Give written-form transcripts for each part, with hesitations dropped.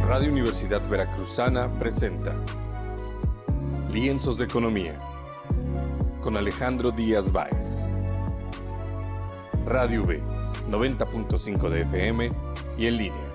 Radio Universidad Veracruzana presenta Lienzos de Economía con Alejandro Díaz Báez. Radio V, 90.5 de FM y en línea.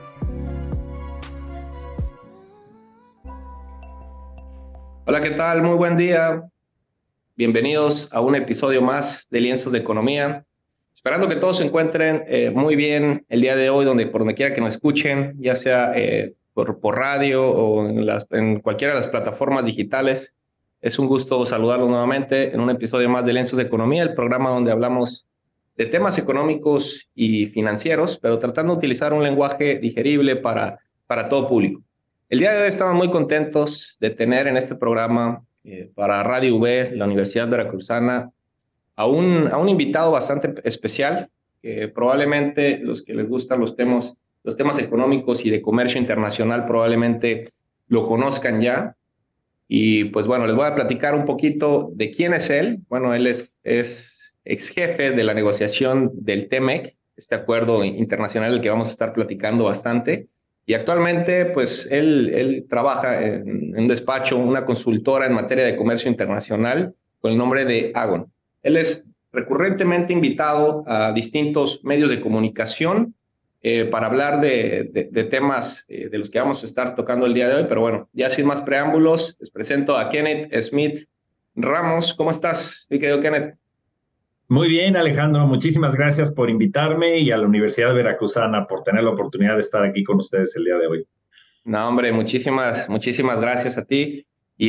Hola, ¿qué tal? Muy buen día. Bienvenidos a un episodio más de Lienzos de Economía. Esperando que todos se encuentren muy bien el día de hoy, por donde quiera que nos escuchen, ya sea por radio o en cualquiera de las plataformas digitales. Es un gusto saludarlos nuevamente en un episodio más de Lienzos de Economía, el programa donde hablamos de temas económicos y financieros, pero tratando de utilizar un lenguaje digerible para todo público. El día de hoy estamos muy contentos de tener en este programa para Radio V, la Universidad Veracruzana, a un invitado bastante especial, que probablemente los que les gustan los temas económicos y de comercio internacional probablemente lo conozcan ya. Y pues bueno, les voy a platicar un poquito de quién es él. Bueno, él es ex jefe de la negociación del TEMEC, este acuerdo internacional del que vamos a estar platicando bastante. Y actualmente pues él trabaja en un despacho, una consultora en materia de comercio internacional con el nombre de Agon. Él es recurrentemente invitado a distintos medios de comunicación para hablar de temas de los que vamos a estar tocando el día de hoy. Pero bueno, ya sin más preámbulos, les presento a Kenneth Smith Ramos. ¿Cómo estás, mi querido Kenneth? Muy bien, Alejandro. Muchísimas gracias por invitarme y a la Universidad Veracruzana por tener la oportunidad de estar aquí con ustedes el día de hoy. No, hombre, muchísimas gracias a ti.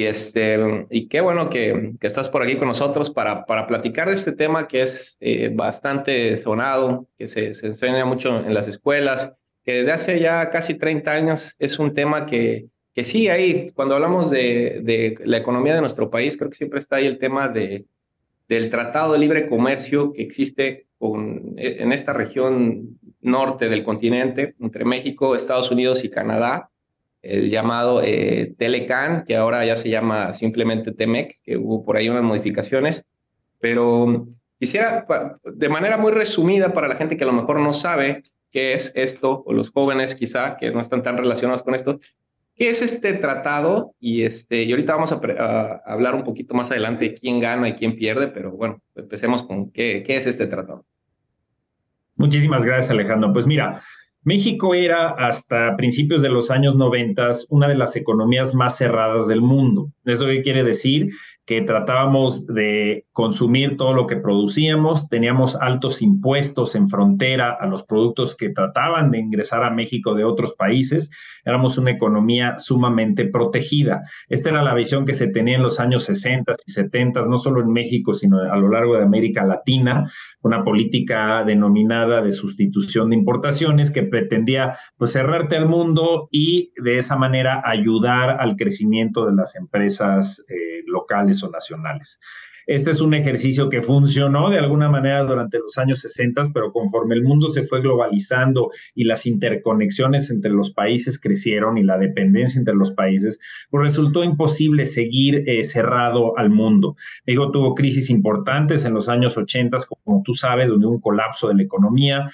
Y qué bueno que estás por aquí con nosotros para platicar de este tema que es bastante sonado, que se enseña mucho en las escuelas, que desde hace ya casi 30 años es un tema que sigue ahí. Cuando hablamos de la economía de nuestro país, creo que siempre está ahí el tema del Tratado de Libre Comercio que existe en esta región norte del continente, entre México, Estados Unidos y Canadá, el llamado Telecan, que ahora ya se llama simplemente TEMEC, que hubo por ahí unas modificaciones. Pero quisiera, de manera muy resumida, para la gente que a lo mejor no sabe qué es esto, o los jóvenes quizá que no están tan relacionados con esto, ¿qué es este tratado? Y ahorita vamos a hablar un poquito más adelante de quién gana y quién pierde, pero bueno, empecemos con qué es este tratado. Muchísimas gracias, Alejandro. Pues mira, México era hasta principios de los años 90 una de las economías más cerradas del mundo. ¿Eso qué quiere decir? Que tratábamos de consumir todo lo que producíamos, teníamos altos impuestos en frontera a los productos que trataban de ingresar a México de otros países. Éramos una economía sumamente protegida. Esta era la visión que se tenía en los años 60 y 70, no solo en México, sino a lo largo de América Latina, una política denominada de sustitución de importaciones que pretendía pues cerrarte al mundo y de esa manera ayudar al crecimiento de las empresas locales o nacionales. Este es un ejercicio que funcionó de alguna manera durante los años 60, pero conforme el mundo se fue globalizando y las interconexiones entre los países crecieron y la dependencia entre los países, pues resultó imposible seguir cerrado al mundo. México tuvo crisis importantes en los años 80, como tú sabes, donde hubo un colapso de la economía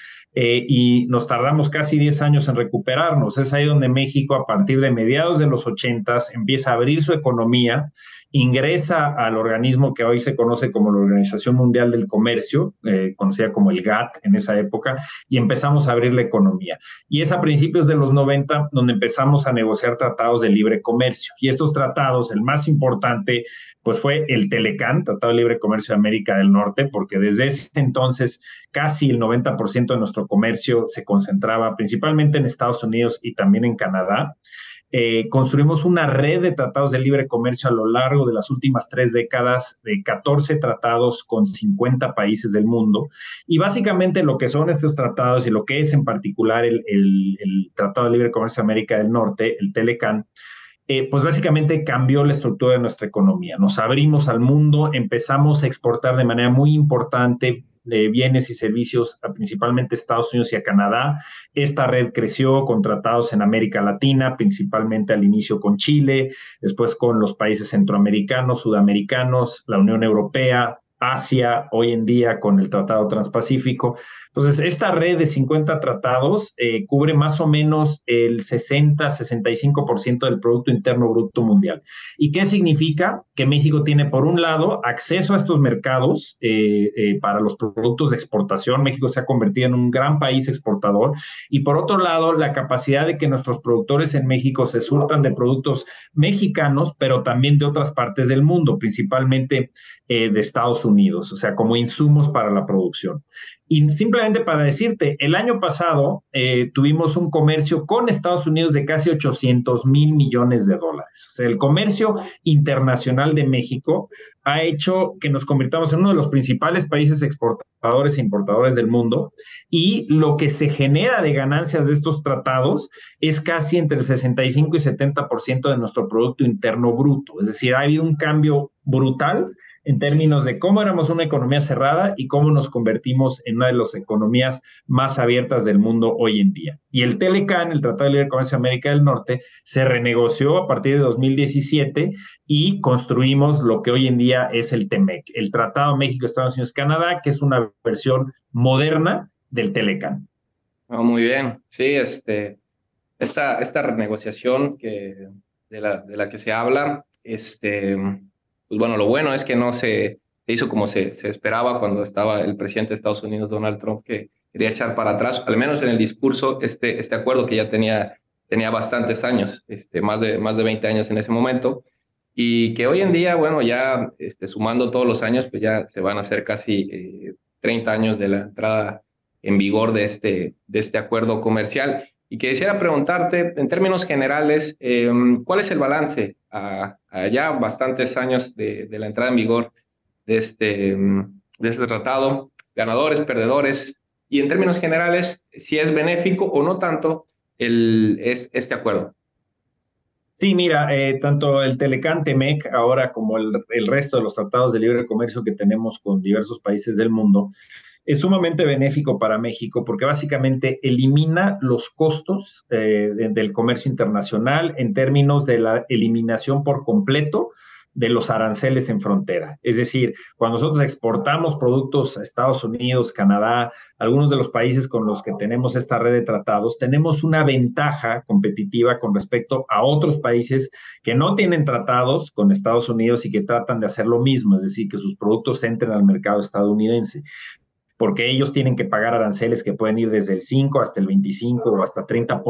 y nos tardamos casi 10 años en recuperarnos. Es ahí donde México, a partir de mediados de los 80, empieza a abrir su economía, ingresa al organismo que hoy se conoce como la Organización Mundial del Comercio, conocida como el GATT en esa época, y empezamos a abrir la economía. Y es a principios de los 90 donde empezamos a negociar tratados de libre comercio. Y estos tratados, el más importante, pues fue el Telecan, Tratado de Libre Comercio de América del Norte, porque desde ese entonces casi el 90% de nuestro comercio se concentraba principalmente en Estados Unidos y también en Canadá. Construimos una red de tratados de libre comercio a lo largo de las últimas 3 décadas, de 14 tratados con 50 países del mundo. Y básicamente lo que son estos tratados y lo que es en particular el Tratado de Libre Comercio de América del Norte, el Telecan, pues básicamente cambió la estructura de nuestra economía. Nos abrimos al mundo, empezamos a exportar de manera muy importante de bienes y servicios principalmente a Estados Unidos y a Canadá. Esta red creció con tratados en América Latina, principalmente al inicio con Chile, después con los países centroamericanos, sudamericanos, la Unión Europea, Asia hoy en día con el Tratado Transpacífico. Entonces, esta red de 50 tratados cubre más o menos el 60-65% del Producto Interno Bruto mundial. ¿Y qué significa? Que México tiene, por un lado, acceso a estos mercados para los productos de exportación. México se ha convertido en un gran país exportador. Y por otro lado, la capacidad de que nuestros productores en México se surtan de productos mexicanos, pero también de otras partes del mundo, principalmente de Estados Unidos, o sea, como insumos para la producción. Y simplemente para decirte, el año pasado tuvimos un comercio con Estados Unidos de casi 800,000 millones de dólares. O sea, el comercio internacional de México ha hecho que nos convirtamos en uno de los principales países exportadores e importadores del mundo, y lo que se genera de ganancias de estos tratados es casi entre el 65 y 70% de nuestro Producto Interno Bruto. Es decir, ha habido un cambio brutal en términos de cómo éramos una economía cerrada y cómo nos convertimos en una de las economías más abiertas del mundo hoy en día. Y el TLCAN, el Tratado de Libre Comercio de América del Norte, se renegoció a partir de 2017 y construimos lo que hoy en día es el TEMEC, el Tratado México, Estados Unidos, Canadá, que es una versión moderna del TLCAN. Oh, muy bien, sí, esta renegociación de la que se habla, pues bueno, lo bueno es que no se hizo como se esperaba cuando estaba el presidente de Estados Unidos, Donald Trump, que quería echar para atrás, al menos en el discurso, este acuerdo que ya tenía bastantes años, más de 20 años en ese momento, y que hoy en día, bueno, ya sumando todos los años, pues ya se van a hacer casi 30 años de la entrada en vigor de este acuerdo comercial. Y que quisiera preguntarte, en términos generales, ¿cuál es el balance a ya bastantes años de la entrada en vigor de este tratado? Ganadores, perdedores, y en términos generales, si es benéfico o no tanto este acuerdo. Sí, mira, tanto el TLCAN, TEMEC, ahora como el resto de los tratados de libre comercio que tenemos con diversos países del mundo, es sumamente benéfico para México porque básicamente elimina los costos del comercio internacional en términos de la eliminación por completo de los aranceles en frontera. Es decir, cuando nosotros exportamos productos a Estados Unidos, Canadá, algunos de los países con los que tenemos esta red de tratados, tenemos una ventaja competitiva con respecto a otros países que no tienen tratados con Estados Unidos y que tratan de hacer lo mismo, es decir, que sus productos entren al mercado estadounidense, porque ellos tienen que pagar aranceles que pueden ir desde el 5 hasta el 25 o hasta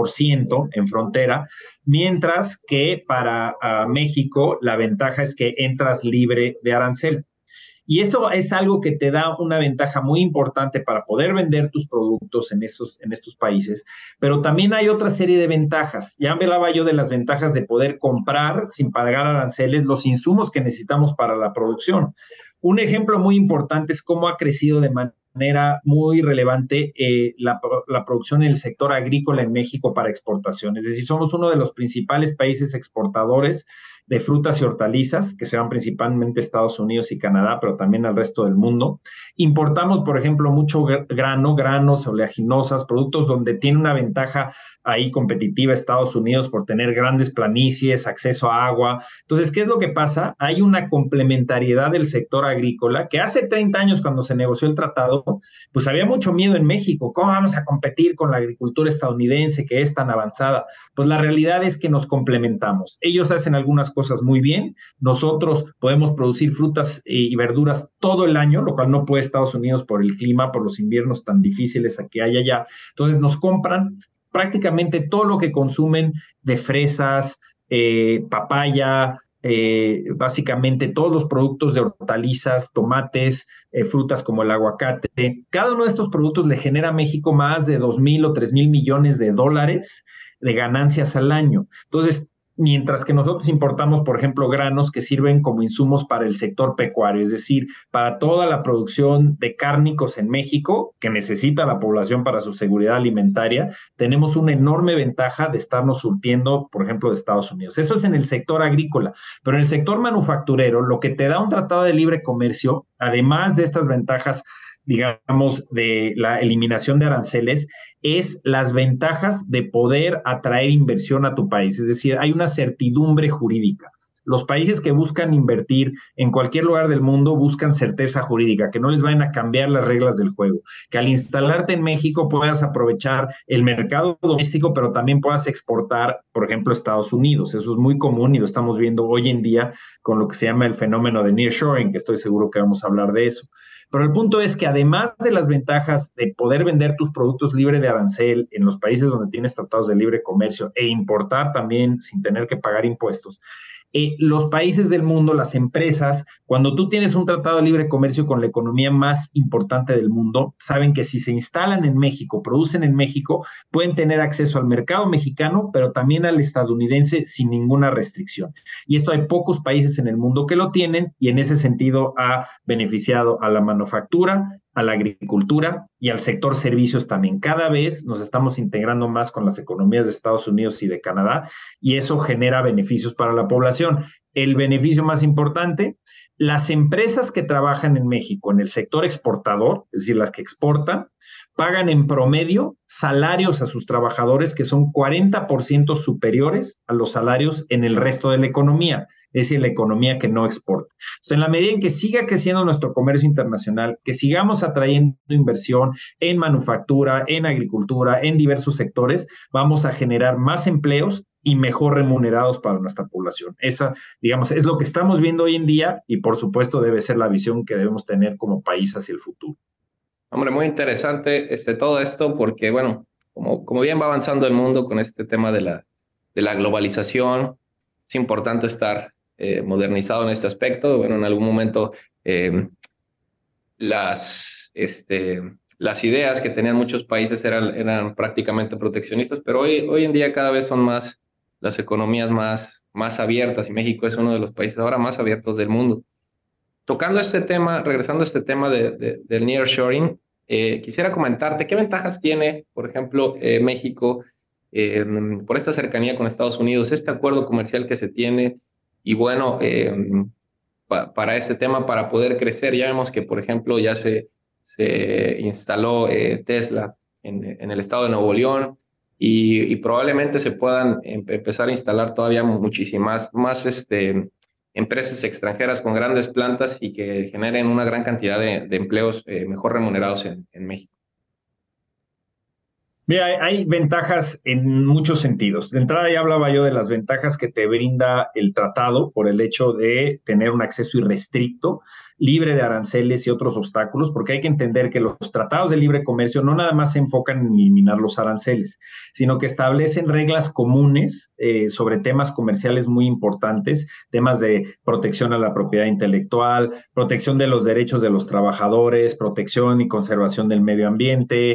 30% en frontera, mientras que para México la ventaja es que entras libre de arancel. Y eso es algo que te da una ventaja muy importante para poder vender tus productos en estos países, pero también hay otra serie de ventajas. Ya hablaba yo de las ventajas de poder comprar sin pagar aranceles los insumos que necesitamos para la producción. Un ejemplo muy importante es cómo ha crecido de manera muy relevante la producción en el sector agrícola en México para exportación. Es decir, somos uno de los principales países exportadores de frutas y hortalizas, que se van principalmente a Estados Unidos y Canadá, pero también al resto del mundo. Importamos, por ejemplo, mucho granos, oleaginosas, productos donde tiene una ventaja ahí competitiva Estados Unidos por tener grandes planicies, acceso a agua. Entonces, ¿qué es lo que pasa? Hay una complementariedad del sector agrícola que hace 30 años, cuando se negoció el tratado, pues había mucho miedo en México. ¿Cómo vamos a competir con la agricultura estadounidense que es tan avanzada? Pues la realidad es que nos complementamos. Ellos hacen algunas cosas muy bien. Nosotros podemos producir frutas y verduras todo el año, lo cual no puede Estados Unidos por el clima, por los inviernos tan difíciles que hay allá. Entonces nos compran prácticamente todo lo que consumen de fresas, papaya, básicamente todos los productos de hortalizas, tomates, frutas como el aguacate. Cada uno de estos productos le genera a México más de 2,000 o 3,000 millones de dólares de ganancias al año. Entonces, mientras que nosotros importamos, por ejemplo, granos que sirven como insumos para el sector pecuario, es decir, para toda la producción de cárnicos en México, que necesita la población para su seguridad alimentaria, tenemos una enorme ventaja de estarnos surtiendo, por ejemplo, de Estados Unidos. Eso es en el sector agrícola, pero en el sector manufacturero, lo que te da un tratado de libre comercio, además de estas ventajas, digamos, de la eliminación de aranceles, es las ventajas de poder atraer inversión a tu país. Es decir, hay una certidumbre jurídica. Los países que buscan invertir en cualquier lugar del mundo buscan certeza jurídica, que no les vayan a cambiar las reglas del juego, que al instalarte en México puedas aprovechar el mercado doméstico, pero también puedas exportar, por ejemplo, a Estados Unidos. Eso es muy común y lo estamos viendo hoy en día con lo que se llama el fenómeno de nearshoring, que estoy seguro que vamos a hablar de eso. Pero el punto es que además de las ventajas de poder vender tus productos libre de arancel en los países donde tienes tratados de libre comercio e importar también sin tener que pagar impuestos, los países del mundo, las empresas, cuando tú tienes un tratado de libre comercio con la economía más importante del mundo, saben que si se instalan en México, producen en México, pueden tener acceso al mercado mexicano, pero también al estadounidense sin ninguna restricción. Y esto hay pocos países en el mundo que lo tienen y en ese sentido ha beneficiado a la manufactura, a la agricultura y al sector servicios también. Cada vez nos estamos integrando más con las economías de Estados Unidos y de Canadá y eso genera beneficios para la población. El beneficio más importante, las empresas que trabajan en México en el sector exportador, es decir, las que exportan, pagan en promedio salarios a sus trabajadores que son 40% superiores a los salarios en el resto de la economía, es decir, la economía que no exporta. Entonces, en la medida en que siga creciendo nuestro comercio internacional, que sigamos atrayendo inversión en manufactura, en agricultura, en diversos sectores, vamos a generar más empleos y mejor remunerados para nuestra población. Esa, digamos, es lo que estamos viendo hoy en día y, por supuesto, debe ser la visión que debemos tener como país hacia el futuro. Hombre, muy interesante todo esto porque, bueno, como bien va avanzando el mundo con este tema de la globalización, es importante estar modernizado en este aspecto. Bueno, en algún momento las ideas que tenían muchos países eran prácticamente proteccionistas, pero hoy en día cada vez son más las economías más abiertas y México es uno de los países ahora más abiertos del mundo. Tocando este tema, regresando a este tema del nearshoring, quisiera comentarte qué ventajas tiene, por ejemplo, México por esta cercanía con Estados Unidos, este acuerdo comercial que se tiene y bueno, para este tema, para poder crecer. Ya vemos que, por ejemplo, ya se instaló Tesla en el estado de Nuevo León y probablemente se puedan empezar a instalar todavía muchísimas más empresas extranjeras con grandes plantas y que generen una gran cantidad de empleos mejor remunerados en México. Mira, hay ventajas en muchos sentidos. De entrada ya hablaba yo de las ventajas que te brinda el tratado por el hecho de tener un acceso irrestricto, libre de aranceles y otros obstáculos, porque hay que entender que los tratados de libre comercio no nada más se enfocan en eliminar los aranceles, sino que establecen reglas comunes sobre temas comerciales muy importantes, temas de protección a la propiedad intelectual, protección de los derechos de los trabajadores, protección y conservación del medio ambiente,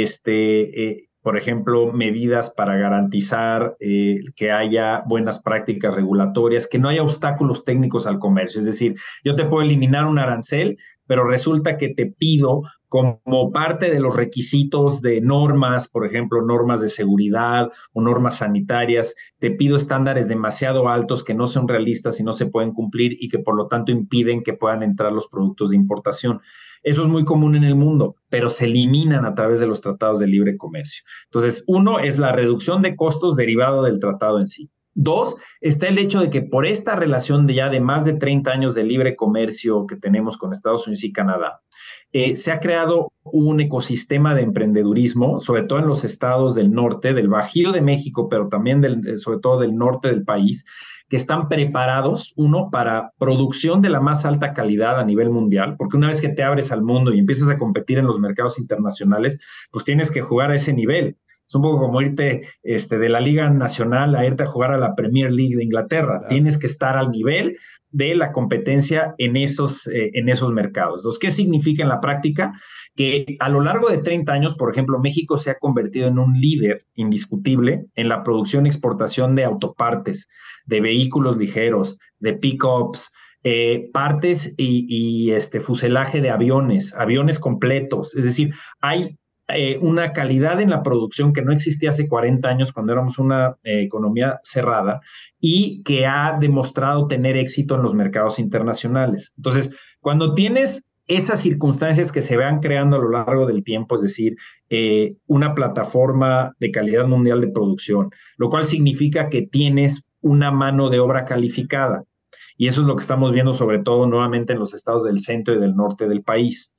por ejemplo, medidas para garantizar que haya buenas prácticas regulatorias, que no haya obstáculos técnicos al comercio. Es decir, yo te puedo eliminar un arancel, pero resulta que te pido como parte de los requisitos de normas, por ejemplo, normas de seguridad o normas sanitarias, te pido estándares demasiado altos que no son realistas y no se pueden cumplir y que por lo tanto impiden que puedan entrar los productos de importación. Eso es muy común en el mundo, pero se eliminan a través de los tratados de libre comercio. Entonces, uno es la reducción de costos derivado del tratado en sí. Dos, está el hecho de que por esta relación de más de 30 años de libre comercio que tenemos con Estados Unidos y Canadá, se ha creado un ecosistema de emprendedurismo, sobre todo en los estados del norte, del Bajío de México, pero también sobre todo del norte del país, que están preparados, uno, para producción de la más alta calidad a nivel mundial, porque una vez que te abres al mundo y empiezas a competir en los mercados internacionales, pues tienes que jugar a ese nivel. Es un poco como irte de la Liga Nacional a irte a jugar a la Premier League de Inglaterra. Claro. Tienes que estar al nivel de la competencia en esos mercados. Entonces, ¿qué significa en la práctica? Que a lo largo de 30 años, por ejemplo, México se ha convertido en un líder indiscutible en la producción y exportación de autopartes, de vehículos ligeros, de pick-ups, partes y fuselaje de aviones completos. Es decir, hay una calidad en la producción que no existía hace 40 años cuando éramos una economía cerrada y que ha demostrado tener éxito en los mercados internacionales. Entonces, cuando tienes esas circunstancias que se van creando a lo largo del tiempo, es decir, una plataforma de calidad mundial de producción, lo cual significa que tienes una mano de obra calificada. Y eso es lo que estamos viendo sobre todo nuevamente en los estados del centro y del norte del país.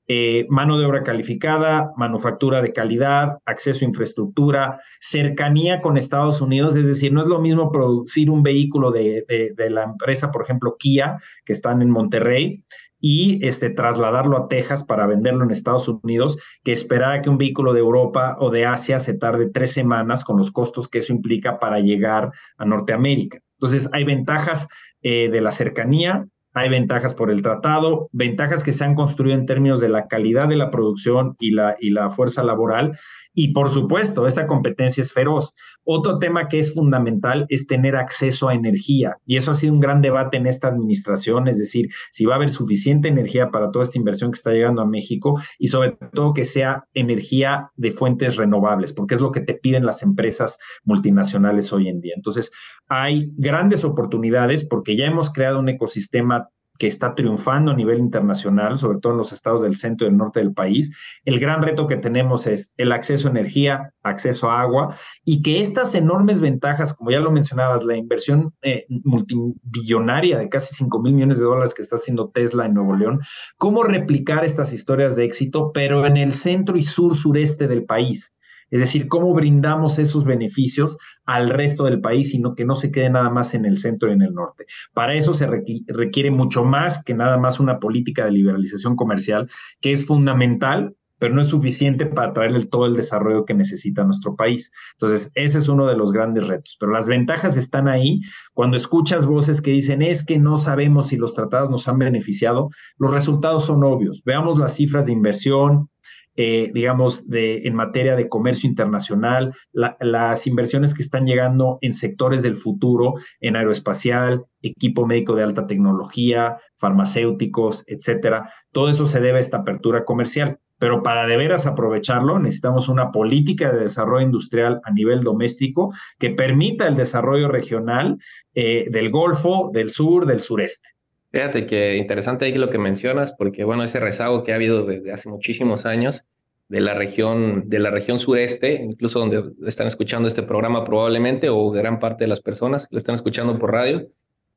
Mano de obra calificada, manufactura de calidad, acceso a infraestructura, cercanía con Estados Unidos, es decir, no es lo mismo producir un vehículo de la empresa, por ejemplo, Kia, que están en Monterrey, y trasladarlo a Texas para venderlo en Estados Unidos, que esperar a que un vehículo de Europa o de Asia se tarde 3 semanas con los costos que eso implica para llegar a Norteamérica. Entonces, hay ventajas de la cercanía, hay ventajas por el tratado, ventajas que se han construido en términos de la calidad de la producción y la fuerza laboral. Y por supuesto, esta competencia es feroz. Otro tema que es fundamental es tener acceso a energía. Y eso ha sido un gran debate en esta administración, es decir, si va a haber suficiente energía para toda esta inversión que está llegando a México y sobre todo que sea energía de fuentes renovables, porque es lo que te piden las empresas multinacionales hoy en día. Entonces, hay grandes oportunidades porque ya hemos creado un ecosistema que está triunfando a nivel internacional, sobre todo en los estados del centro y del norte del país. El gran reto que tenemos es el acceso a energía, acceso a agua, y que estas enormes ventajas, como ya lo mencionabas, la inversión multibillonaria de casi $5,000 millones que está haciendo Tesla en Nuevo León, cómo replicar estas historias de éxito, pero en el centro y sureste del país. Es decir, cómo brindamos esos beneficios al resto del país, sino que no se quede nada más en el centro y en el norte. Para eso se requiere mucho más que nada más una política de liberalización comercial, que es fundamental, pero no es suficiente para traerle todo el desarrollo que necesita nuestro país. Entonces, ese es uno de los grandes retos. Pero las ventajas están ahí. Cuando escuchas voces que dicen, es que no sabemos si los tratados nos han beneficiado, los resultados son obvios. Veamos las cifras de inversión, digamos, en materia de comercio internacional, las inversiones que están llegando en sectores del futuro, en aeroespacial, equipo médico de alta tecnología, farmacéuticos, etcétera. Todo eso se debe a esta apertura comercial. Pero para de veras aprovecharlo, necesitamos una política de desarrollo industrial a nivel doméstico que permita el desarrollo regional del Golfo, del sur, del sureste. Fíjate que interesante ahí lo que mencionas, porque bueno, ese rezago que ha habido desde hace muchísimos años de la región sureste, incluso donde están escuchando este programa probablemente, o gran parte de las personas lo están escuchando por radio,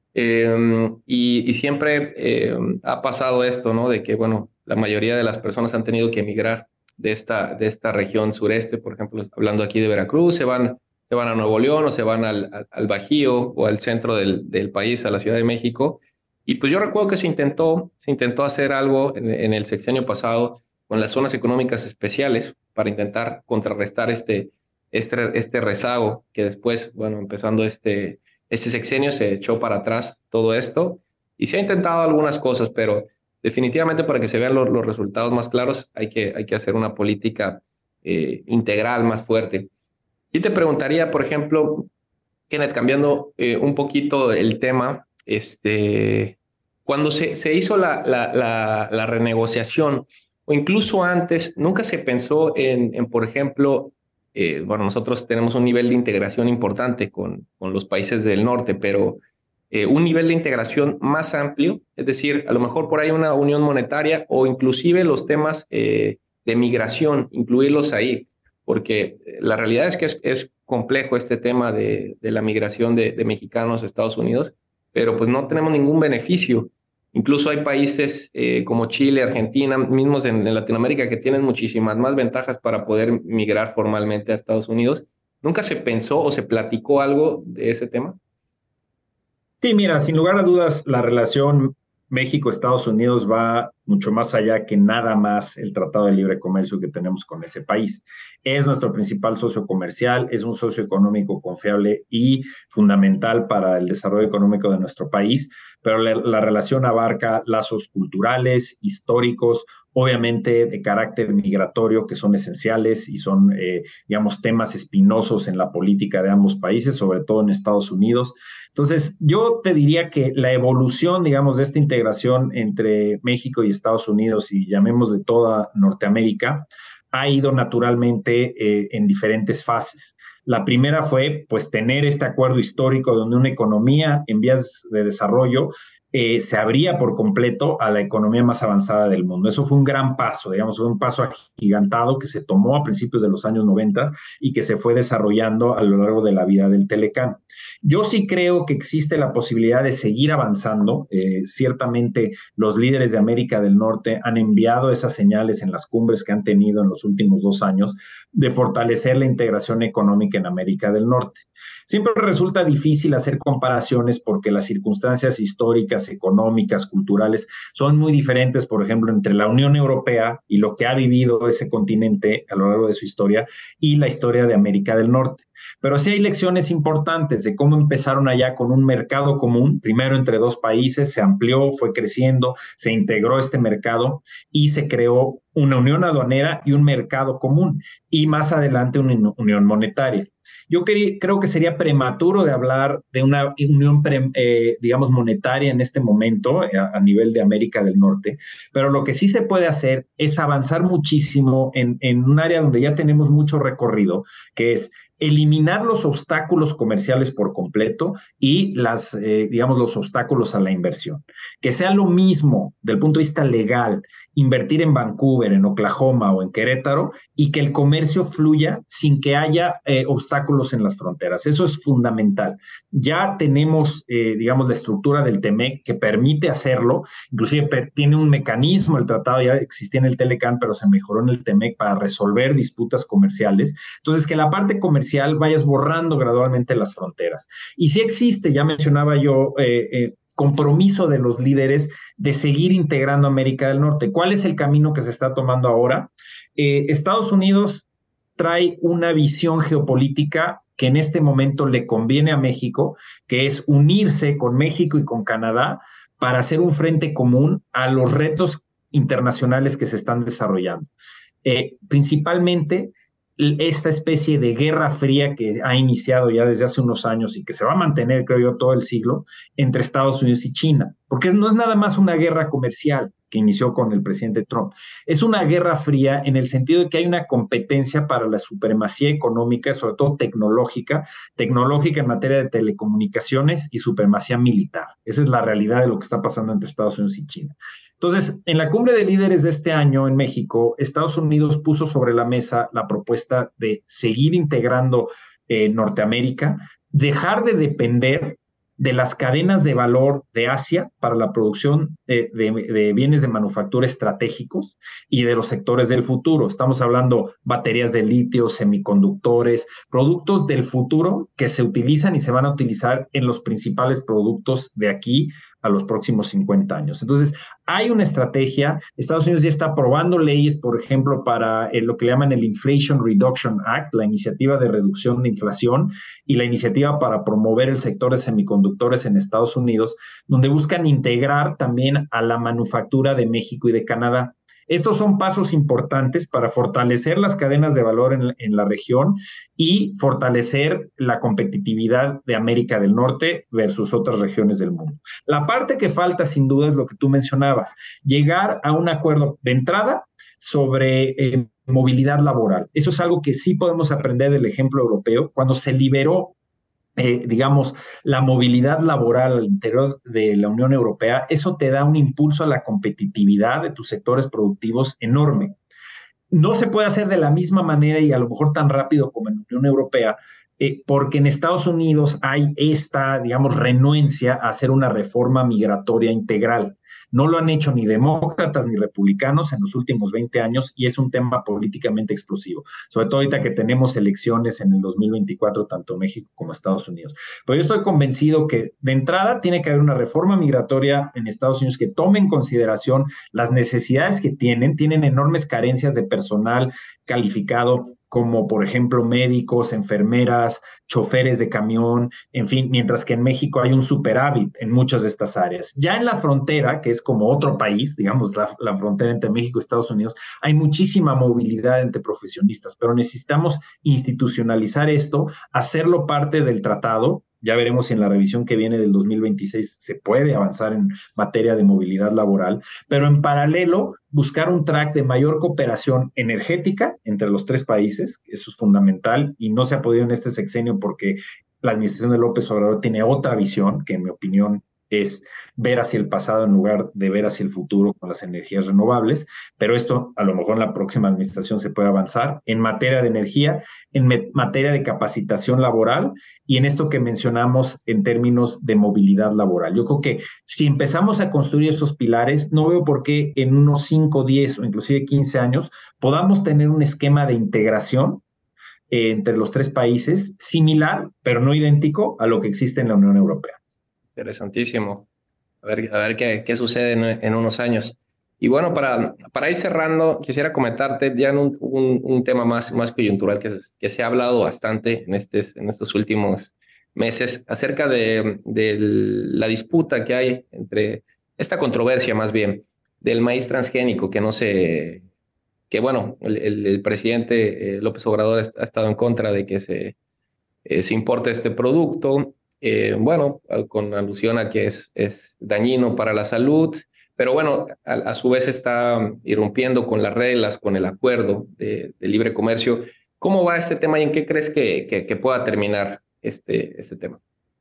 y siempre ha pasado esto, ¿no? De que bueno, la mayoría de las personas han tenido que emigrar de esta región sureste, por ejemplo, hablando aquí de Veracruz, se van a Nuevo León o se van al Bajío o al centro del país, a la Ciudad de México. Y pues yo recuerdo que se intentó hacer algo en el sexenio pasado con las zonas económicas especiales para intentar contrarrestar este rezago que después, bueno, empezando este sexenio se echó para atrás todo esto y se ha intentado algunas cosas, pero definitivamente para que se vean los resultados más claros hay que hacer una política integral más fuerte. Y te preguntaría, por ejemplo, Kenneth, cambiando un poquito el tema, cuando se hizo la renegociación, o incluso antes, nunca se pensó en por ejemplo, bueno, nosotros tenemos un nivel de integración importante con los países del norte, pero un nivel de integración más amplio, es decir, a lo mejor por ahí una unión monetaria o inclusive los temas de migración, incluirlos ahí, porque la realidad es que es complejo este tema de la migración de mexicanos a Estados Unidos, pero pues no tenemos ningún beneficio. Incluso hay países como Chile, Argentina, mismos en Latinoamérica, que tienen muchísimas más ventajas para poder migrar formalmente a Estados Unidos. ¿Nunca se pensó o se platicó algo de ese tema? Sí, mira, sin lugar a dudas, la relación México-Estados Unidos va mucho más allá que nada más el Tratado de Libre Comercio que tenemos con ese país. Es nuestro principal socio comercial, es un socio económico confiable y fundamental para el desarrollo económico de nuestro país, pero la relación abarca lazos culturales, históricos, obviamente de carácter migratorio, que son esenciales y son, digamos, temas espinosos en la política de ambos países, sobre todo en Estados Unidos. Entonces, yo te diría que la evolución, digamos, de esta integración entre México y Estados Unidos, y llamémosle toda Norteamérica, ha ido naturalmente en diferentes fases. La primera fue, pues, tener este acuerdo histórico donde una economía en vías de desarrollo se abría por completo a la economía más avanzada del mundo. Eso fue un gran paso, digamos, fue un paso agigantado que se tomó a principios de los años 90 y que se fue desarrollando a lo largo de la vida del Telecán. Yo sí creo que existe la posibilidad de seguir avanzando. Ciertamente los líderes de América del Norte han enviado esas señales en las cumbres que han tenido en los últimos 2 años de fortalecer la integración económica en América del Norte. Siempre resulta difícil hacer comparaciones porque las circunstancias históricas, económicas, culturales son muy diferentes, por ejemplo, entre la Unión Europea y lo que ha vivido ese continente a lo largo de su historia y la historia de América del Norte. Pero sí hay lecciones importantes de cómo empezaron allá con un mercado común, primero entre dos países, se amplió, fue creciendo, se integró este mercado y se creó una unión aduanera y un mercado común y más adelante una unión monetaria. Yo creo que sería prematuro de hablar de una unión, digamos, monetaria en este momento a nivel de América del Norte, pero lo que sí se puede hacer es avanzar muchísimo en un área donde ya tenemos mucho recorrido, que es eliminar los obstáculos comerciales por completo y digamos, los obstáculos a la inversión. Que sea lo mismo del punto de vista legal invertir en Vancouver, en Oklahoma o en Querétaro y que el comercio fluya sin que haya obstáculos en las fronteras. Eso es fundamental. Ya tenemos, digamos, la estructura del TEMEC que permite hacerlo. Inclusive tiene un mecanismo, el tratado ya existía en el Telecán, pero se mejoró en el TEMEC para resolver disputas comerciales. Entonces, que la parte comercial vayas borrando gradualmente las fronteras. Y sí existe, ya mencionaba yo, compromiso de los líderes de seguir integrando América del Norte. ¿Cuál es el camino que se está tomando ahora? Estados Unidos trae una visión geopolítica que en este momento le conviene a México, que es unirse con México y con Canadá para hacer un frente común a los retos internacionales que se están desarrollando. Principalmente esta especie de guerra fría que ha iniciado ya desde hace unos años y que se va a mantener, creo yo, todo el siglo, entre Estados Unidos y China. Porque no es nada más una guerra comercial que inició con el presidente Trump. Es una guerra fría en el sentido de que hay una competencia para la supremacía económica, sobre todo tecnológica en materia de telecomunicaciones y supremacía militar. Esa es la realidad de lo que está pasando entre Estados Unidos y China. Entonces, en la cumbre de líderes de este año en México, Estados Unidos puso sobre la mesa la propuesta de seguir integrando Norteamérica, dejar de depender de las cadenas de valor de Asia para la producción de bienes de manufactura estratégicos y de los sectores del futuro. Estamos hablando baterías de litio, semiconductores, productos del futuro que se utilizan y se van a utilizar en los principales productos de aquí a los próximos 50 años. Entonces, hay una estrategia. Estados Unidos ya está aprobando leyes, por ejemplo, para lo que le llaman el Inflation Reduction Act, la iniciativa de reducción de inflación y la iniciativa para promover el sector de semiconductores en Estados Unidos, donde buscan integrar también a la manufactura de México y de Canadá. Estos son pasos importantes para fortalecer las cadenas de valor en la región y fortalecer la competitividad de América del Norte versus otras regiones del mundo. La parte que falta, sin duda, es lo que tú mencionabas, llegar a un acuerdo de entrada sobre movilidad laboral. Eso es algo que sí podemos aprender del ejemplo europeo. Cuando se liberó digamos, la movilidad laboral al interior de la Unión Europea, eso te da un impulso a la competitividad de tus sectores productivos enorme. No se puede hacer de la misma manera y a lo mejor tan rápido como en la Unión Europea, porque en Estados Unidos hay esta, digamos, renuencia a hacer una reforma migratoria integral. No lo han hecho ni demócratas ni republicanos en los últimos 20 años y es un tema políticamente explosivo, sobre todo ahorita que tenemos elecciones en el 2024, tanto en México como Estados Unidos. Pero yo estoy convencido que de entrada tiene que haber una reforma migratoria en Estados Unidos que tome en consideración las necesidades que tienen enormes carencias de personal calificado, como por ejemplo médicos, enfermeras, choferes de camión, en fin, mientras que en México hay un superávit en muchas de estas áreas. Ya en la frontera, que es como otro país, digamos, la frontera entre México y Estados Unidos, hay muchísima movilidad entre profesionistas, pero necesitamos institucionalizar esto, hacerlo parte del tratado. Ya veremos si en la revisión que viene del 2026 se puede avanzar en materia de movilidad laboral, pero en paralelo buscar un track de mayor cooperación energética entre los tres países. Eso es fundamental y no se ha podido en este sexenio porque la administración de López Obrador tiene otra visión que, en mi opinión, es ver hacia el pasado en lugar de ver hacia el futuro con las energías renovables, pero esto a lo mejor en la próxima administración se puede avanzar en materia de energía, en materia de capacitación laboral y en esto que mencionamos en términos de movilidad laboral. Yo creo que si empezamos a construir esos pilares, no veo por qué en unos 5, 10 o inclusive 15 años podamos tener un esquema de integración entre los tres países similar, pero no idéntico a lo que existe en la Unión Europea. Interesantísimo. A ver qué sucede en unos años. Y bueno, para ir cerrando, quisiera comentarte ya en un tema más coyuntural que se ha hablado bastante en estos últimos meses acerca de la disputa que hay entre esta controversia más bien del maíz transgénico que bueno, el presidente López Obrador ha estado en contra de que se importe este producto. Bueno, con alusión a que es dañino para la salud, pero bueno, a su vez está irrumpiendo con las reglas, con el acuerdo de libre comercio. ¿Cómo va este tema y en qué crees que pueda terminar este tema?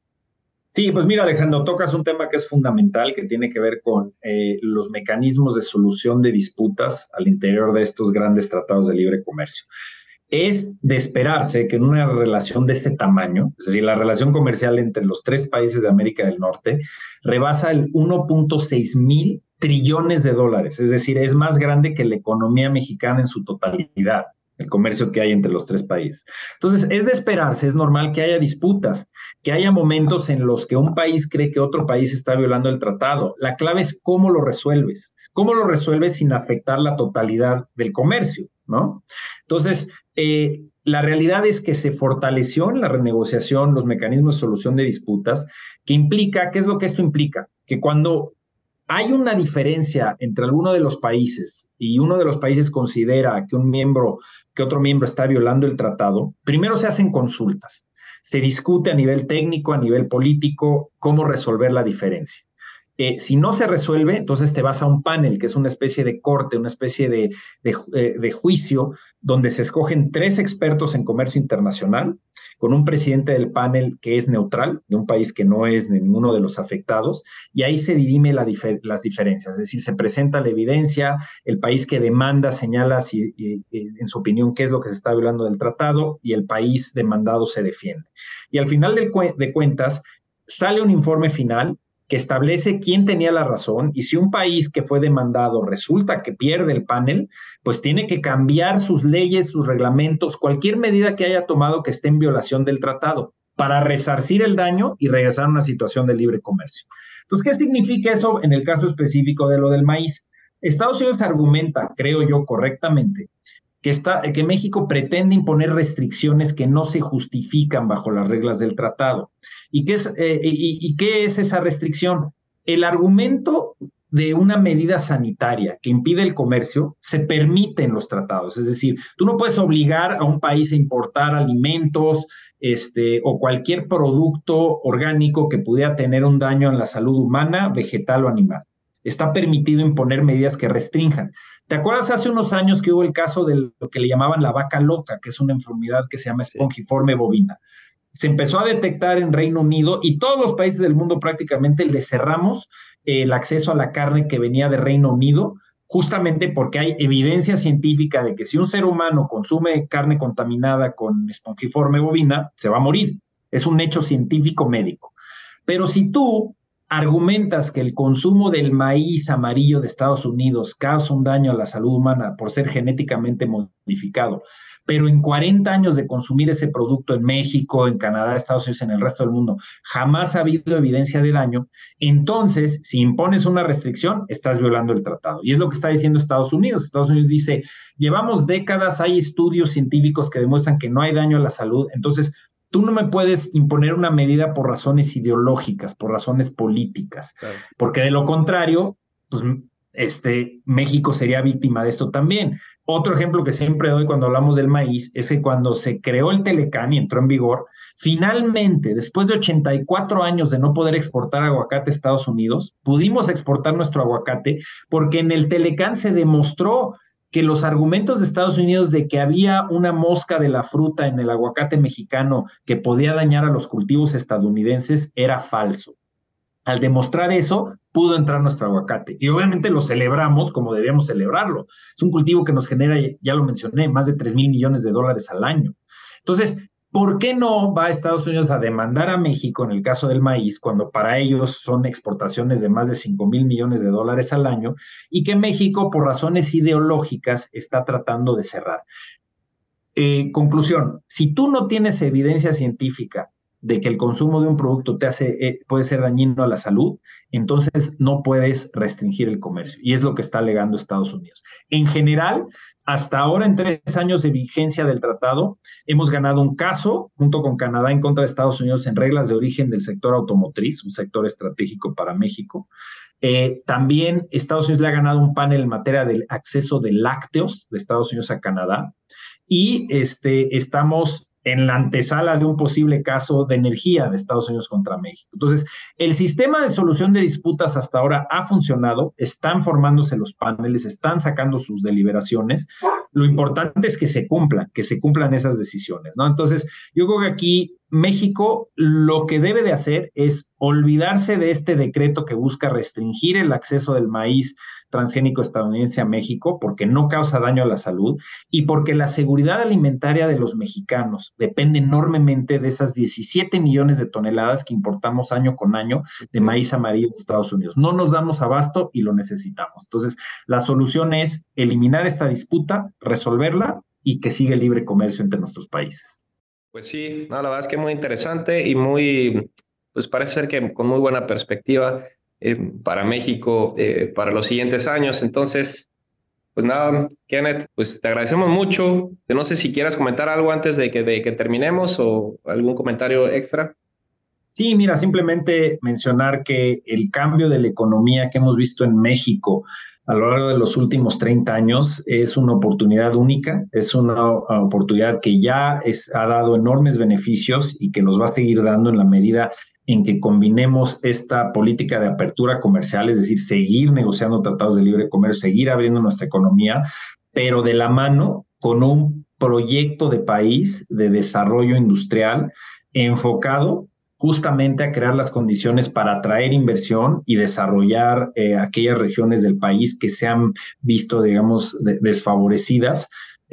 Sí, pues mira, Alejandro, tocas un tema que es fundamental, que tiene que ver con los mecanismos de solución de disputas al interior de estos grandes tratados de libre comercio. Es de esperarse que en una relación de este tamaño, es decir, la relación comercial entre los tres países de América del Norte, rebasa el 1.6 mil trillones de dólares, es decir, es más grande que la economía mexicana en su totalidad, el comercio que hay entre los tres países. Entonces, es de esperarse, es normal que haya disputas, que haya momentos en los que un país cree que otro país está violando el tratado. La clave es cómo lo resuelves sin afectar la totalidad del comercio, ¿no? Entonces, la realidad es que se fortaleció en la renegociación los mecanismos de solución de disputas, que implica, ¿qué es lo que esto implica? Que cuando hay una diferencia entre alguno de los países y uno de los países considera que otro miembro está violando el tratado, primero se hacen consultas, se discute a nivel técnico, a nivel político, cómo resolver la diferencia. Si no se resuelve, entonces te vas a un panel, que es una especie de corte, una especie de juicio, donde se escogen 3 expertos en comercio internacional, con un presidente del panel que es neutral, de un país que no es de ninguno de los afectados, y ahí se dirime las diferencias, es decir, se presenta la evidencia, el país que demanda señala en su opinión qué es lo que se está violando del tratado, y el país demandado se defiende. Y al final de cuentas, sale un informe final que establece quién tenía la razón, y si un país que fue demandado resulta que pierde el panel, pues tiene que cambiar sus leyes, sus reglamentos, cualquier medida que haya tomado que esté en violación del tratado para resarcir el daño y regresar a una situación de libre comercio. Entonces, ¿qué significa eso en el caso específico de lo del maíz? Estados Unidos argumenta, creo yo correctamente, que México pretende imponer restricciones que no se justifican bajo las reglas del tratado. ¿Y qué es esa restricción? El argumento de una medida sanitaria que impide el comercio se permite en los tratados. Es decir, tú no puedes obligar a un país a importar alimentos o cualquier producto orgánico que pudiera tener un daño en la salud humana, vegetal o animal. Está permitido imponer medidas que restrinjan. ¿Te acuerdas hace unos años que hubo el caso de lo que le llamaban la vaca loca, que es una enfermedad que se llama espongiforme bovina? Se empezó a detectar en Reino Unido y todos los países del mundo prácticamente le cerramos el acceso a la carne que venía de Reino Unido, justamente porque hay evidencia científica de que si un ser humano consume carne contaminada con espongiforme bovina, se va a morir. Es un hecho científico médico. Pero si tú argumentas que el consumo del maíz amarillo de Estados Unidos causa un daño a la salud humana por ser genéticamente modificado, pero en 40 años de consumir ese producto en México, en Canadá, Estados Unidos, en el resto del mundo, jamás ha habido evidencia de daño, entonces, si impones una restricción, estás violando el tratado. Y es lo que está diciendo Estados Unidos. Estados Unidos dice, llevamos décadas, hay estudios científicos que demuestran que no hay daño a la salud, entonces tú no me puedes imponer una medida por razones ideológicas, por razones políticas, claro, porque de lo contrario, pues México sería víctima de esto también. Otro ejemplo que siempre doy cuando hablamos del maíz es que cuando se creó el Telecán y entró en vigor, finalmente, después de 84 años de no poder exportar aguacate a Estados Unidos, pudimos exportar nuestro aguacate porque en el Telecán se demostró que los argumentos de Estados Unidos de que había una mosca de la fruta en el aguacate mexicano que podía dañar a los cultivos estadounidenses era falso. Al demostrar eso, pudo entrar nuestro aguacate. Y obviamente lo celebramos como debíamos celebrarlo. Es un cultivo que nos genera, ya lo mencioné, más de 3,000 millones de dólares al año. Entonces, ¿por qué no va a Estados Unidos a demandar a México en el caso del maíz, cuando para ellos son exportaciones de más de 5,000 millones de dólares al año y que México, por razones ideológicas, está tratando de cerrar? Conclusión, si tú no tienes evidencia científica de que el consumo de un producto puede ser dañino a la salud, entonces no puedes restringir el comercio. Y es lo que está alegando Estados Unidos. En general, hasta ahora, en 3 años de vigencia del tratado, hemos ganado un caso junto con Canadá en contra de Estados Unidos en reglas de origen del sector automotriz, un sector estratégico para México. También Estados Unidos le ha ganado un panel en materia del acceso de lácteos de Estados Unidos a Canadá. Y estamos en la antesala de un posible caso de energía de Estados Unidos contra México. Entonces, el sistema de solución de disputas hasta ahora ha funcionado, están formándose los paneles, están sacando sus deliberaciones. Lo importante es que se cumplan esas decisiones, ¿no? Entonces, yo creo que aquí México lo que debe de hacer es olvidarse de este decreto que busca restringir el acceso del maíz transgénico estadounidense a México, porque no causa daño a la salud y porque la seguridad alimentaria de los mexicanos depende enormemente de esas 17 millones de toneladas que importamos año con año de maíz amarillo de Estados Unidos. No nos damos abasto y lo necesitamos. Entonces, la solución es eliminar esta disputa, resolverla y que siga el libre comercio entre nuestros países. Pues sí, no, la verdad es que muy interesante y pues parece ser que con muy buena perspectiva para México, para los siguientes años. Entonces, pues nada, Kenneth, pues te agradecemos mucho. No sé si quieras comentar algo antes de que terminemos o algún comentario extra. Sí, mira, simplemente mencionar que el cambio de la economía que hemos visto en México a lo largo de los últimos 30 años es una oportunidad única, es una oportunidad que ya ha dado enormes beneficios y que nos va a seguir dando en la medida en que combinemos esta política de apertura comercial, es decir, seguir negociando tratados de libre comercio, seguir abriendo nuestra economía, pero de la mano con un proyecto de país de desarrollo industrial enfocado justamente a crear las condiciones para atraer inversión y desarrollar aquellas regiones del país que se han visto, digamos, desfavorecidas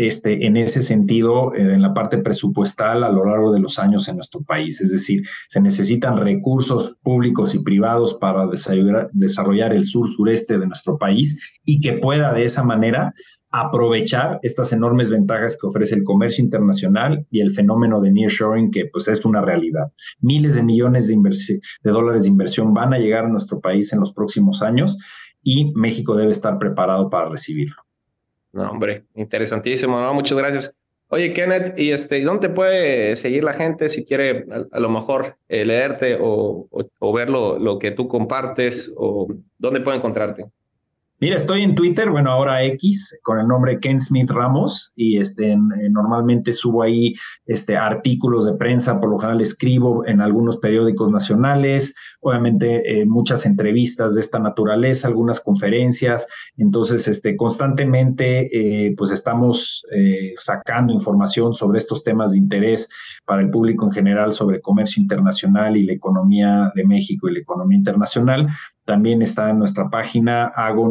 en ese sentido, en la parte presupuestal a lo largo de los años en nuestro país. Es decir, se necesitan recursos públicos y privados para desarrollar el sur-sureste de nuestro país y que pueda de esa manera aprovechar estas enormes ventajas que ofrece el comercio internacional y el fenómeno de nearshoring, que pues es una realidad. Miles de millones de dólares de inversión van a llegar a nuestro país en los próximos años y México debe estar preparado para recibirlo. No, hombre, interesantísimo, ¿no? Muchas gracias. Oye, Kenneth, ¿y dónde puede seguir la gente si quiere a lo mejor leerte o ver lo que tú compartes, o dónde puede encontrarte? Mira, estoy en Twitter, bueno, ahora X, con el nombre Ken Smith Ramos, y normalmente subo ahí artículos de prensa, por lo general escribo en algunos periódicos nacionales, obviamente muchas entrevistas de esta naturaleza, algunas conferencias, entonces constantemente pues estamos sacando información sobre estos temas de interés para el público en general, sobre comercio internacional y la economía de México y la economía internacional. También está en nuestra página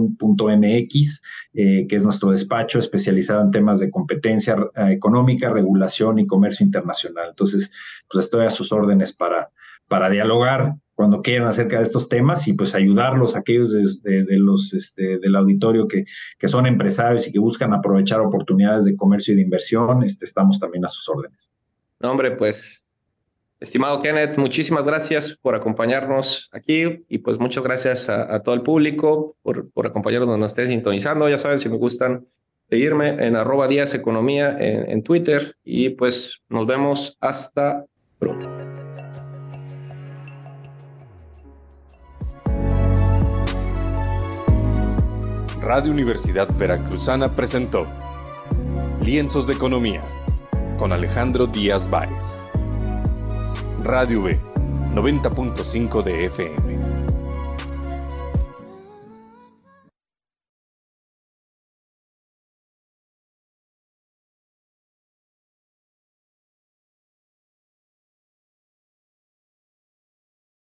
agon.mx, que es nuestro despacho especializado en temas de competencia económica, regulación y comercio internacional. Entonces, pues estoy a sus órdenes para dialogar cuando quieran acerca de estos temas y pues ayudarlos a aquellos del auditorio que son empresarios y que buscan aprovechar oportunidades de comercio y de inversión. Estamos también a sus órdenes. No, hombre, pues... Estimado Kenneth, muchísimas gracias por acompañarnos aquí y pues muchas gracias a todo el público por acompañarnos donde nos esté sintonizando. Ya saben, si me gustan seguirme en @DíazEconomía en Twitter y pues nos vemos hasta pronto. Radio Universidad Veracruzana presentó Lienzos de Economía con Alejandro Díaz Báez. Radio V, 90.5 de FM.